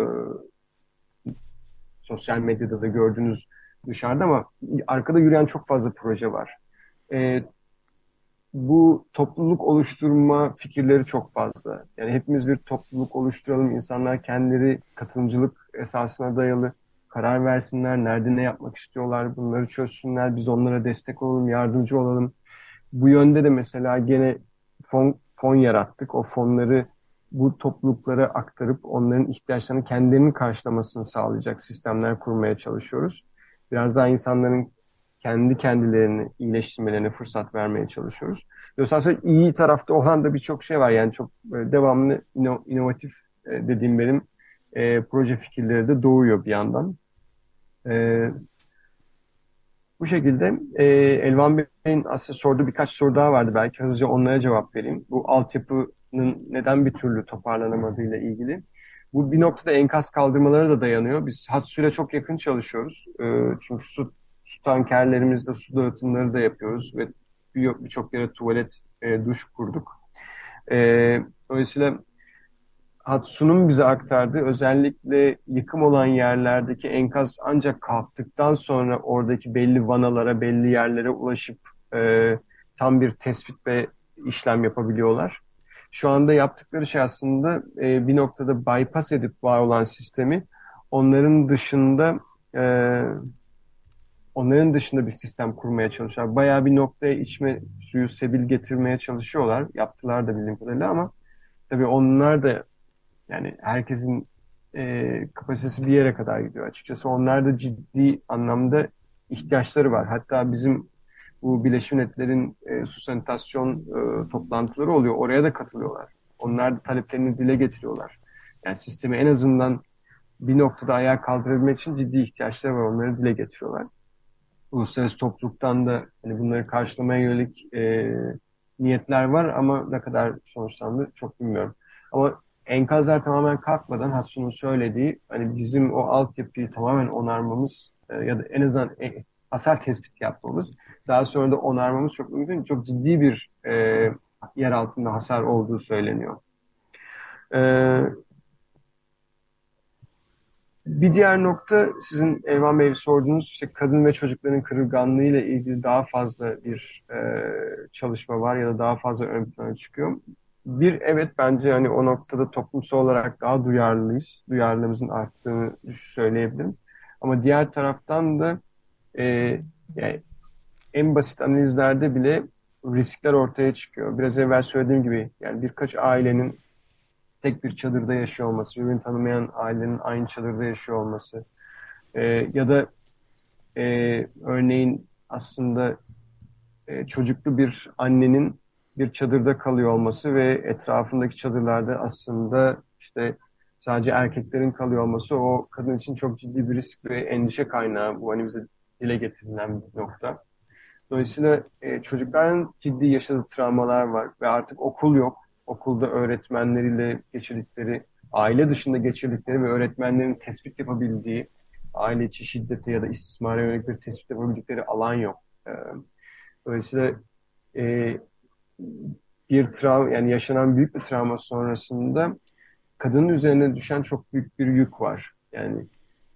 sosyal medyada da gördüğünüz dışarıda ama arkada yürüyen çok fazla proje var. E, Bu topluluk oluşturma fikirleri çok fazla. Yani hepimiz bir topluluk oluşturalım. İnsanlar kendileri katılımcılık esasına dayalı karar versinler, nerede ne yapmak istiyorlar, bunları çözsünler, biz onlara destek olalım, yardımcı olalım. Bu yönde de mesela gene fon yarattık. O fonları bu topluluklara aktarıp onların ihtiyaçlarını kendilerinin karşılamasını sağlayacak sistemler kurmaya çalışıyoruz. Biraz daha insanların kendi kendilerini iyileştirmelerine fırsat vermeye çalışıyoruz. Aslında iyi tarafta olan da birçok şey var. Yani çok devamlı inovatif dediğim benim proje fikirleri de doğuyor bir yandan. Bu şekilde Elvan Bey'in aslında sorduğu birkaç soru daha vardı. Belki hızlıca onlara cevap vereyim. Bu altyapının neden bir türlü toparlanamadığıyla ilgili. Bu bir noktada enkaz kaldırmalara da dayanıyor. Biz Hatsu'yla çok yakın çalışıyoruz. Çünkü su tankerlerimizde su dağıtımları da yapıyoruz ve birçok yere tuvalet, duş kurduk. Dolayısıyla Hatsu'nun bize aktardığı özellikle yıkım olan yerlerdeki enkaz ancak kalktıktan sonra oradaki belli vanalara, belli yerlere ulaşıp tam bir tespit ve işlem yapabiliyorlar. Şu anda yaptıkları şey aslında bir noktada bypass edip var olan sistemi onların dışında bir sistem kurmaya çalışıyorlar. Bayağı bir noktaya içme suyu, sebil getirmeye çalışıyorlar. Yaptılar da bildiğim kadarıyla ama tabii onlar da yani herkesin kapasitesi bir yere kadar gidiyor açıkçası. Onlar da ciddi anlamda ihtiyaçları var. Hatta bizim bu Birleşmiş Milletler'in su sanitasyon toplantıları oluyor. Oraya da katılıyorlar. Onlar da taleplerini dile getiriyorlar. Yani sistemi en azından bir noktada ayağa kaldırabilmek için ciddi ihtiyaçları var. Onları dile getiriyorlar. Uluslararası topluluktan da hani bunları karşılamaya yönelik niyetler var ama ne kadar sonuçlandı çok bilmiyorum. Ama enkazlar tamamen kalkmadan Hatsu'nun söylediği hani bizim o altyapıyı tamamen onarmamız ya da en azından hasar tespiti yapmamız, daha sonra da onarmamız çok mümkün. Çok ciddi bir yer altında hasar olduğu söyleniyor. Bir diğer nokta sizin Elvan Bey sorduğunuz işte kadın ve çocukların kırılganlığı ile ilgili daha fazla bir çalışma var ya da daha fazla ön plana çıkıyor. Evet bence hani o noktada toplumsal olarak daha duyarlıyız. Duyarlılığımızın arttığını söyleyebilirim. Ama diğer taraftan da yani en basit analizlerde bile riskler ortaya çıkıyor. Biraz evvel söylediğim gibi yani birkaç ailenin tek bir çadırda yaşıyor olması, birbirini tanımayan ailenin aynı çadırda yaşıyor olması ya da örneğin aslında çocuklu bir annenin bir çadırda kalıyor olması ve etrafındaki çadırlarda aslında işte sadece erkeklerin kalıyor olması o kadın için çok ciddi bir risk ve endişe kaynağı. Bu hani bize dile getirilen bir nokta. Dolayısıyla çocukların ciddi yaşadığı travmalar var ve artık okul yok. Okulda öğretmenleriyle geçirdikleri, aile dışında geçirdikleri ve öğretmenlerin tespit yapabildiği, aile içi şiddete ya da istismara yönelik bir tespit yapabildikleri alan yok. Dolayısıyla bir travma, yani yaşanan büyük bir travma sonrasında kadının üzerine düşen çok büyük bir yük var. Yani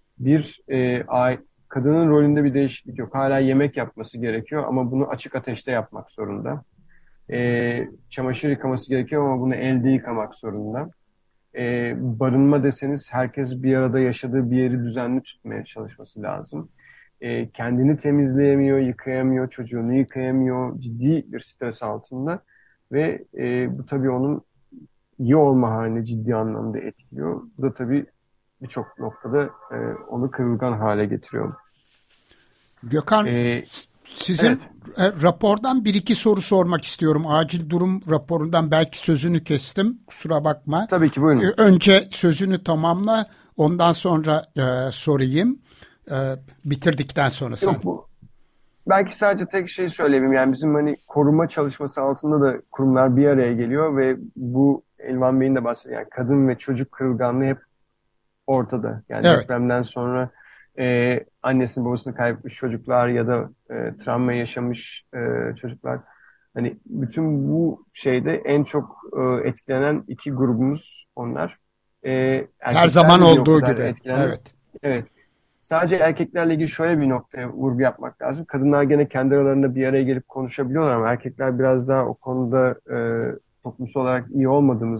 kadının rolünde bir değişiklik yok. Hala yemek yapması gerekiyor ama bunu açık ateşte yapmak zorunda. Çamaşır yıkaması gerekiyor ama bunu elde yıkamak zorunda. Barınma deseniz herkes bir arada yaşadığı bir yeri düzenli tutmaya çalışması lazım. Kendini temizleyemiyor, yıkayamıyor, çocuğunu yıkayamıyor. Ciddi bir stres altında ve bu tabii onun iyi olma halini ciddi anlamda etkiliyor. Bu da tabii birçok noktada onu kırılgan hale getiriyor. Gökhan, sizin rapordan bir iki soru sormak istiyorum. Acil durum raporundan belki sözünü kestim. Kusura bakma. Tabii ki buyurun. Önce sözünü tamamla. Ondan sonra sorayım. Bitirdikten sonra sen. Belki sadece tek şey söyleyeyim. Yani bizim hani koruma çalışması altında da kurumlar bir araya geliyor ve bu Elvan Bey'in de bahsettiği yani kadın ve çocuk kırılganlığı hep ortada. Yani depremden sonra annesini babasını kaybetmiş çocuklar ya da travma yaşamış çocuklar. Hani bütün bu şeyde en çok etkilenen iki grubumuz onlar. Her zaman olduğu gibi. Evet. Sadece erkeklerle ilgili şöyle bir noktaya vurgu yapmak lazım. Kadınlar gene kendi aralarında bir araya gelip konuşabiliyorlar ama erkekler biraz daha o konuda toplumsal olarak iyi olmadığımızdan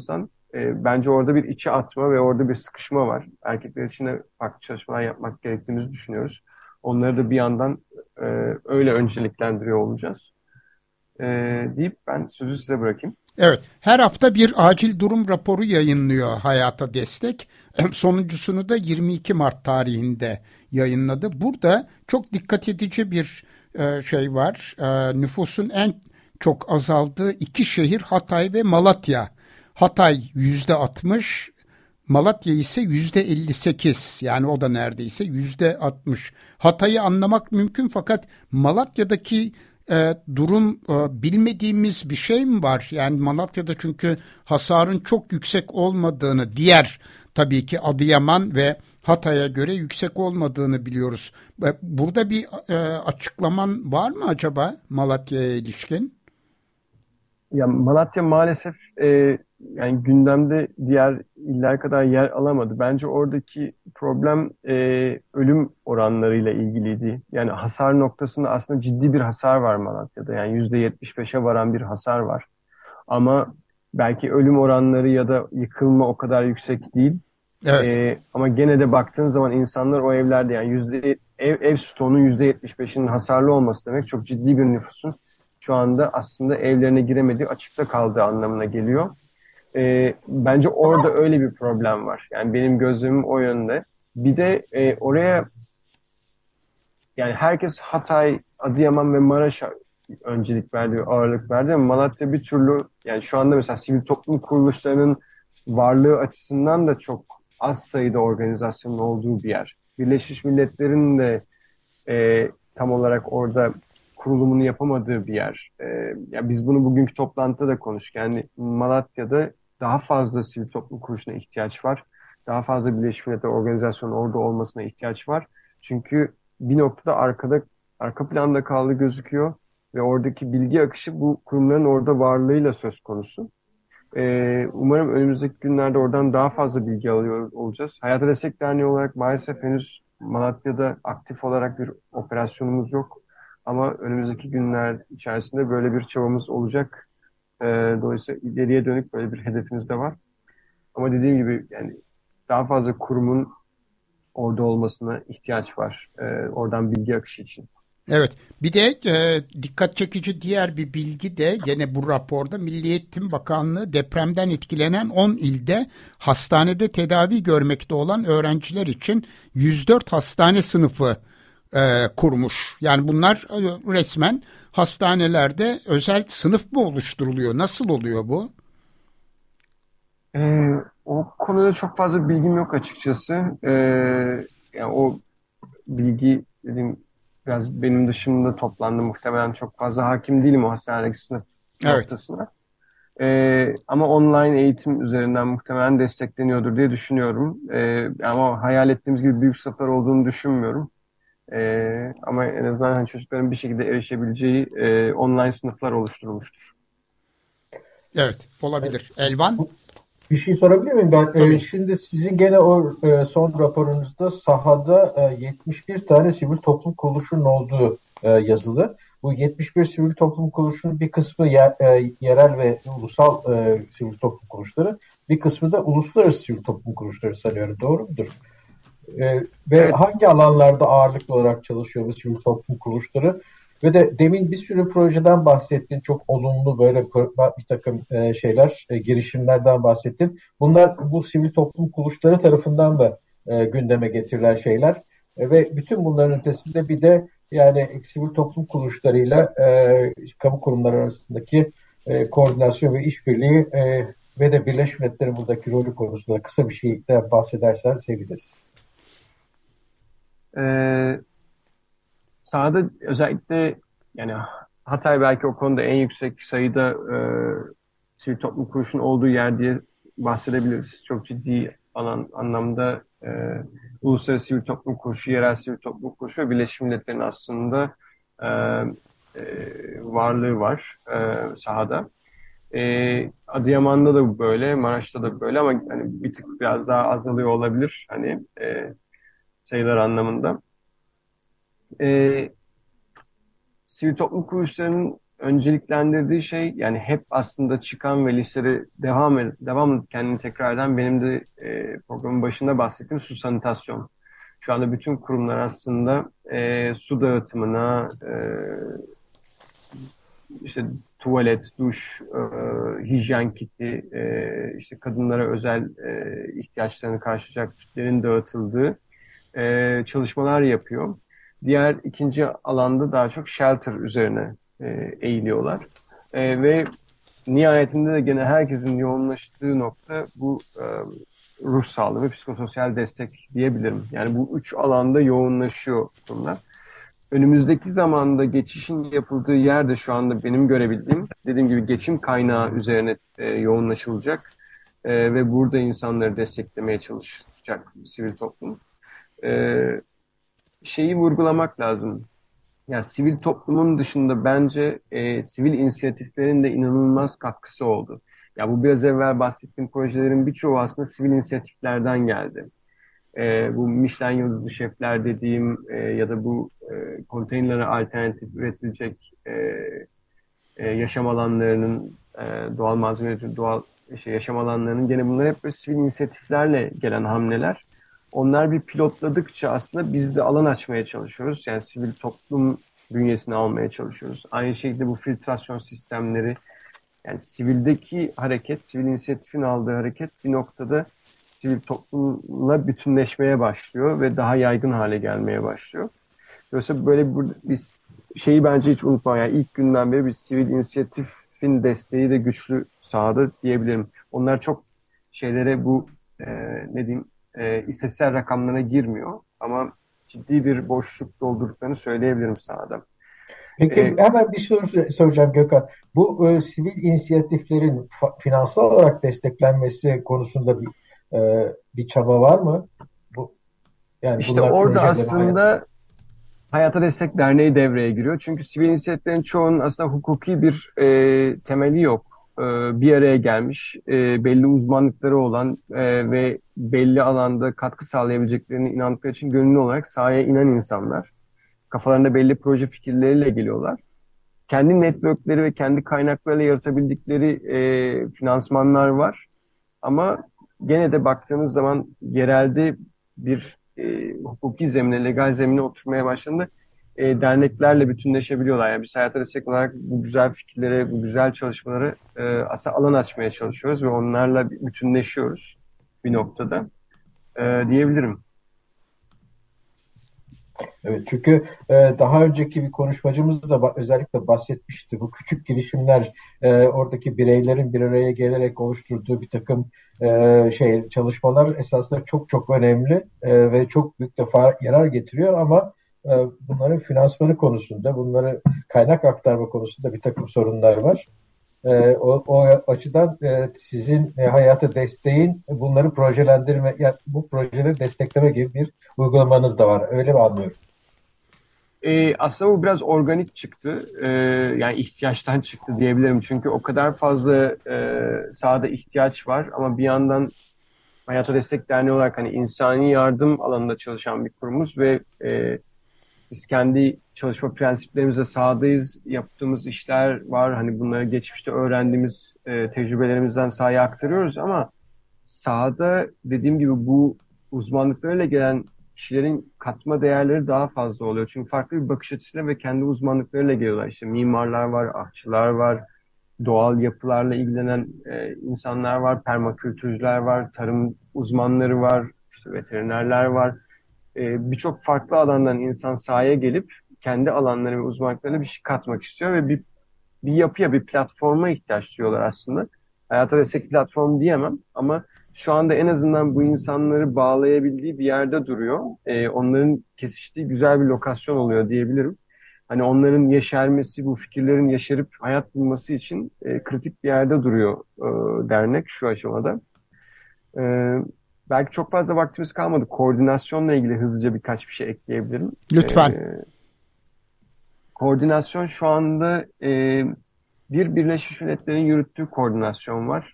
Bence orada bir içe atma ve orada bir sıkışma var. Erkekler için de farklı çalışmalar yapmak gerektiğimizi düşünüyoruz. Onları da bir yandan öyle önceliklendiriyor olacağız. Deyip ben sözü size bırakayım. Evet, her hafta bir acil durum raporu yayınlıyor Hayata Destek. Sonuncusunu da 22 Mart tarihinde yayınladı. Burada çok dikkat edici bir şey var. Nüfusun en çok azaldığı iki şehir Hatay ve Malatya. Hatay %60, Malatya ise %58, yani o da neredeyse %60. Hatay'ı anlamak mümkün fakat Malatya'daki durum bilmediğimiz bir şey mi var? Yani Malatya'da çünkü hasarın çok yüksek olmadığını, diğer tabii ki Adıyaman ve Hatay'a göre yüksek olmadığını biliyoruz. Burada bir açıklaman var mı acaba Malatya'ya ilişkin? Ya Malatya maalesef yani gündemde diğer iller kadar yer alamadı. Bence oradaki problem ölüm oranlarıyla ilgiliydi. Yani hasar noktasında aslında ciddi bir hasar var Malatya'da. Yani %75'e varan bir hasar var. Ama belki ölüm oranları ya da yıkılma o kadar yüksek değil. Evet. Ama gene de baktığın zaman insanlar o evlerde, yani ev stoğunun %75'inin hasarlı olması demek çok ciddi bir nüfusun şu anda aslında evlerine giremediği, açıkta kaldığı anlamına geliyor. Bence orada öyle bir problem var. Yani benim gözlemim o yönde. Bir de oraya, yani herkes Hatay, Adıyaman ve Maraş'a öncelik verdi, ağırlık verdi ama Malatya bir türlü, yani şu anda mesela sivil toplum kuruluşlarının varlığı açısından da çok az sayıda organizasyonun olduğu bir yer. Birleşmiş Milletler'in de tam olarak orada kurulumunu yapamadığı bir yer. Ya biz bunu bugünkü toplantıda da konuştuk. Yani Malatya'da daha fazla sivil toplum kuruluşuna ihtiyaç var. Daha fazla Birleşmiş Milletler organizasyonu orada olmasına ihtiyaç var. Çünkü bir noktada arka planda kaldığı gözüküyor ve oradaki bilgi akışı bu kurumların orada varlığıyla söz konusu. Umarım önümüzdeki günlerde oradan daha fazla bilgi alıyor olacağız. Hayata Destek Derneği olarak maalesef henüz Malatya'da aktif olarak bir operasyonumuz yok. Ama önümüzdeki günler içerisinde böyle bir çabamız olacak. Dolayısıyla ileriye dönük böyle bir hedefimiz de var. Ama dediğim gibi yani daha fazla kurumun orada olmasına ihtiyaç var. Oradan bilgi akışı için. Evet, bir de dikkat çekici diğer bir bilgi de gene bu raporda Milli Eğitim Bakanlığı depremden etkilenen 10 ilde hastanede tedavi görmekte olan öğrenciler için 104 hastane sınıfı kurmuş. Yani bunlar resmen hastanelerde özel sınıf mı oluşturuluyor? Nasıl oluyor bu? O konuda çok fazla bilgim yok açıkçası. Yani o bilgi dediğim biraz benim dışımda toplandı. Muhtemelen çok fazla hakim değilim o hastanedeki sınıf Evet. noktasına. Ama online eğitim üzerinden muhtemelen destekleniyordur diye düşünüyorum. Ama hayal ettiğimiz gibi büyük sınıflar olduğunu düşünmüyorum. Ama en azından hani çocukların bir şekilde erişebileceği online sınıflar oluşturulmuştur. Evet, olabilir. Elvan? Bir şey sorabilir miyim ben? Tabii. Şimdi sizin gene o son raporunuzda sahada 71 tane sivil toplum kuruluşunun olduğu yazılı. Bu 71 sivil toplum kuruluşunun bir kısmı yerel ve ulusal sivil toplum kuruluşları, bir kısmı da uluslararası sivil toplum kuruluşları sanıyorum. Doğru mudur? Ve Evet. hangi alanlarda ağırlıklı olarak çalışıyor bu sivil toplum kuruluşları? Ve de demin bir sürü projeden bahsettin. Çok olumlu böyle bir takım şeyler, girişimlerden bahsettin. Bunlar bu sivil toplum kuruluşları tarafından da gündeme getirilen şeyler. Ve bütün bunların ötesinde bir de yani sivil toplum kuruluşlarıyla kamu kurumları arasındaki koordinasyon ve işbirliği ve de Birleşmiş Milletler'in buradaki rolü konusunda kısa bir şeyden bahsedersen seviniriz. Sahada özellikle yani Hatay belki o konuda en yüksek sayıda sivil toplum kuruluşunun olduğu yer diye bahsedebiliriz. Çok ciddi anlamda Uluslararası Sivil Toplum Kuruluşu, Yerel Sivil Toplum Kuruluşu ve Birleşmiş Milletler'in aslında varlığı var sahada. Adıyaman'da da böyle, Maraş'ta da böyle ama hani bir tık biraz daha azalıyor olabilir hani sayılar anlamında. Sivil toplum kuruluşlarının önceliklendirdiği şey, yani hep aslında çıkan ve listede devam kendini tekrar eden, benim de programın başında bahsettiğim su sanitasyon. Şu anda bütün kurumlar aslında su dağıtımına, işte tuvalet, duş, hijyen kiti, işte kadınlara özel ihtiyaçlarını karşılayacak kitlerin dağıtıldığı çalışmalar yapıyor. Diğer ikinci alanda daha çok shelter üzerine eğiliyorlar. Ve nihayetinde de gene herkesin yoğunlaştığı nokta bu ruh sağlığı ve psikososyal destek diyebilirim. Yani bu üç alanda yoğunlaşıyor bunlar. Önümüzdeki zamanda geçişin yapıldığı yerde şu anda benim görebildiğim, dediğim gibi geçim kaynağı üzerine yoğunlaşılacak ve burada insanları desteklemeye çalışacak sivil toplum. Şeyi vurgulamak lazım. Yani sivil toplumun dışında bence sivil inisiyatiflerin de inanılmaz katkısı oldu. Ya bu biraz evvel bahsettiğim projelerin birçoğu aslında sivil inisiyatiflerden geldi. Bu Michelin yıldızlı şefler dediğim ya da bu konteynerlere alternatif üretilecek yaşam alanlarının doğal malzemeleri, doğal yaşam alanlarının, gene bunlar hep böyle sivil inisiyatiflerle gelen hamleler. Onlar bir pilotladıkça aslında biz de alan açmaya çalışıyoruz. Yani sivil toplum bünyesine almaya çalışıyoruz. Aynı şekilde bu filtrasyon sistemleri, yani sivildeki hareket, sivil inisiyatifin aldığı hareket bir noktada sivil toplumla bütünleşmeye başlıyor ve daha yaygın hale gelmeye başlıyor. Dolayısıyla böyle bir şeyi bence hiç unutma. Yani ilk günden beri bir sivil inisiyatifin desteği de güçlü sahada diyebilirim. Onlar çok şeylere, bu ne diyeyim, istatistiksel rakamlara girmiyor ama ciddi bir boşluk doldurduklarını söyleyebilirim sahada. Peki hemen bir soru soracağım Gökhan. Bu sivil inisiyatiflerin finansal olarak desteklenmesi konusunda bir çaba var mı? Yani İşte bunlar orada projeleri aslında Hayata Destek Derneği devreye giriyor. Çünkü sivil inisiyatiflerin çoğunun aslında hukuki bir temeli yok. Bir araya gelmiş, belli uzmanlıkları olan ve belli alanda katkı sağlayabileceklerine inandıkları için gönüllü olarak sahaya inen insanlar. Kafalarında belli proje fikirleriyle geliyorlar. Kendi networkleri ve kendi kaynaklarıyla yaratabildikleri finansmanlar var. Ama gene de baktığımız zaman yerelde bir hukuki zemine, legal zemine oturmaya başladığında derneklerle bütünleşebiliyorlar. Yani biz Hayata Destek olarak bu güzel fikirlere, bu güzel çalışmaları aslında alan açmaya çalışıyoruz ve onlarla bütünleşiyoruz bir noktada diyebilirim. Evet, çünkü daha önceki bir konuşmacımız da özellikle bahsetmişti. Bu küçük girişimler, oradaki bireylerin bir araya gelerek oluşturduğu bir takım çalışmalar esasında çok çok önemli ve çok büyük defa yarar getiriyor ama bunların finansmanı konusunda, bunları kaynak aktarma konusunda bir takım sorunlar var. O açıdan sizin hayata desteğin bunları projelendirme, yani bu projeleri destekleme gibi bir uygulamanız da var. Öyle mi anlıyorum? Aslında bu biraz organik çıktı. Yani ihtiyaçtan çıktı diyebilirim. Çünkü o kadar fazla sahada ihtiyaç var ama bir yandan Hayata Destek Derneği olarak hani insani yardım alanında çalışan bir kurumuz ve biz kendi çalışma prensiplerimize sahadayız. Yaptığımız işler var. Hani bunları geçmişte öğrendiğimiz tecrübelerimizden sahaya aktarıyoruz ama sahada dediğim gibi bu uzmanlıklarıyla gelen kişilerin katma değerleri daha fazla oluyor. Çünkü farklı bir bakış açısıyla ve kendi uzmanlıklarıyla geliyorlar. İşte mimarlar var, ahçılar var, doğal yapılarla ilgilenen insanlar var, permakültürcüler var, tarım uzmanları var, işte veterinerler var. Birçok farklı alandan insan sahaya gelip kendi alanları ve uzmanlıklarına bir şey katmak istiyor ve bir yapıya, bir platforma ihtiyaç duyuyorlar aslında. Hayata Destek platformu diyemem ama şu anda en azından bu insanları bağlayabildiği bir yerde duruyor. Onların kesiştiği güzel bir lokasyon oluyor diyebilirim. Hani onların yeşermesi, bu fikirlerin yeşerip hayat bulması için kritik bir yerde duruyor dernek şu aşamada. E, Belki çok fazla vaktimiz kalmadı. Koordinasyonla ilgili hızlıca birkaç bir şey ekleyebilirim. Lütfen. Koordinasyon şu anda Birleşmiş Milletler'in yürüttüğü koordinasyon var.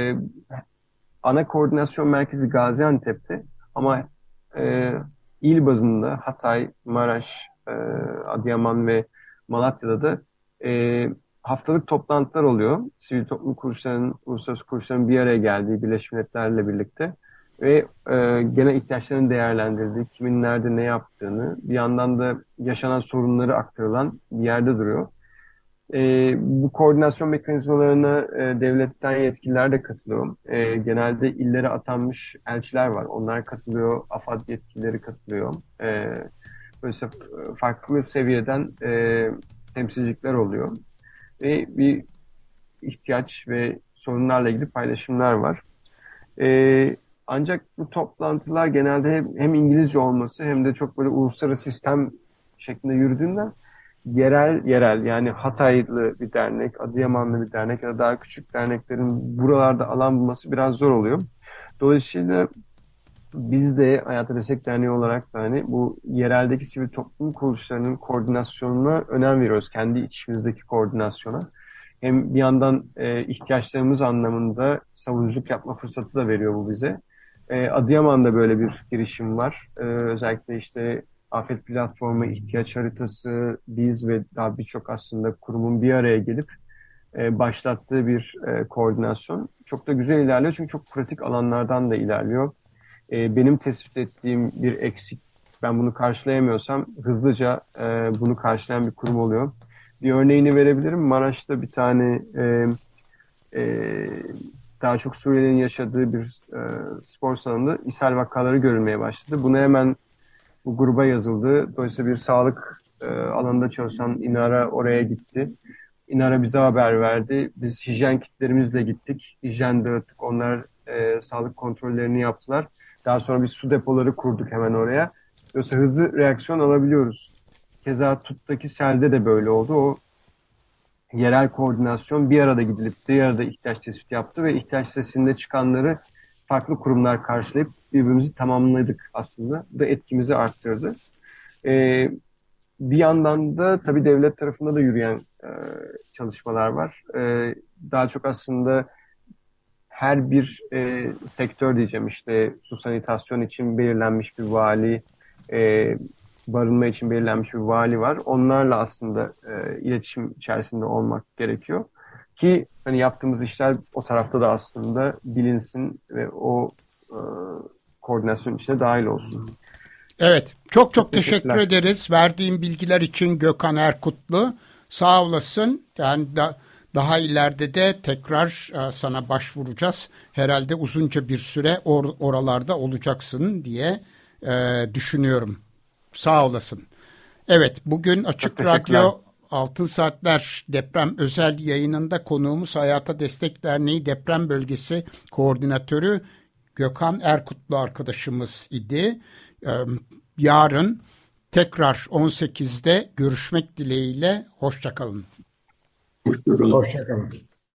Ana koordinasyon merkezi Gaziantep'te ama il bazında Hatay, Maraş, Adıyaman ve Malatya'da da haftalık toplantılar oluyor. Sivil toplum kuruluşlarının, uluslararası kuruluşların bir araya geldiği Birleşmiş Milletler'le birlikte ve genel ihtiyaçlarını değerlendirdiği, kimin nerede ne yaptığını, bir yandan da yaşanan sorunları aktarılan bir yerde duruyor. Bu koordinasyon mekanizmalarına devletten yetkililer de katılıyor. Genelde illere atanmış elçiler var. Onlar katılıyor. AFAD yetkilileri katılıyor. Böyle farklı seviyeden temsilcilikler oluyor. Ve bir ihtiyaç ve sorunlarla ilgili paylaşımlar var. Ancak bu toplantılar genelde hem İngilizce olması hem de çok böyle uluslararası sistem şeklinde yürüdüğünden yerel yani Hataylı bir dernek, Adıyamanlı bir dernek ya da daha küçük derneklerin buralarda alan bulması biraz zor oluyor. Dolayısıyla biz de Hayata Destek Derneği olarak da hani bu yereldeki sivil toplum kuruluşlarının koordinasyonuna önem veriyoruz. Kendi içimizdeki koordinasyona. Hem bir yandan ihtiyaçlarımız anlamında savunuculuk yapma fırsatı da veriyor bu bize. Adıyaman'da böyle bir girişim var. Özellikle işte Afet Platformu, ihtiyaç haritası, biz ve daha birçok aslında kurumun bir araya gelip başlattığı bir koordinasyon. Çok da güzel ilerliyor çünkü çok pratik alanlardan da ilerliyor. Benim tespit ettiğim bir eksik, ben bunu karşılayamıyorsam hızlıca bunu karşılayan bir kurum oluyor. Bir örneğini verebilirim. Maraş'ta bir tane daha çok Suriyelilerin yaşadığı bir spor salonunda ishal vakaları görülmeye başladı. Bunu hemen bu gruba yazıldı. Dolayısıyla bir sağlık alanında çalışan İNARA oraya gitti. İNARA bize haber verdi. Biz hijyen kitlerimizle gittik. Hijyen dağıttık. Onlar sağlık kontrollerini yaptılar. Daha sonra biz su depoları kurduk hemen oraya. Dolayısıyla hızlı reaksiyon alabiliyoruz. Keza TUT'taki selde de böyle oldu. O yerel koordinasyon bir arada gidilip bir arada ihtiyaç tespiti yaptı ve ihtiyaç listesinde çıkanları farklı kurumlar karşılayıp birbirimizi tamamladık aslında. Bu da etkimizi arttırdı. Bir yandan da tabii devlet tarafında da yürüyen çalışmalar var. Daha çok aslında her bir sektör diyeceğim, işte su sanitasyon için belirlenmiş bir vali, barınma için belirlenmiş bir vali var. Onlarla aslında iletişim içerisinde olmak gerekiyor ki hani yaptığımız işler o tarafta da aslında bilinsin ve o koordinasyon içine dahil olsun. Evet, çok teşekkür ederiz verdiğim bilgiler için Gökhan Erkutlu. Sağ olasın. Yani daha ileride de tekrar sana başvuracağız. Herhalde uzunca bir süre oralarda olacaksın diye düşünüyorum. Sağ olasın. Evet, bugün Açık Radyo Altın Saatler deprem özel yayınında konuğumuz Hayata Destek Derneği Deprem Bölgesi Koordinatörü Gökhan Erkutlu arkadaşımız idi. Yarın tekrar 18'de görüşmek dileğiyle. Hoşça kalın. Hoşça kalın.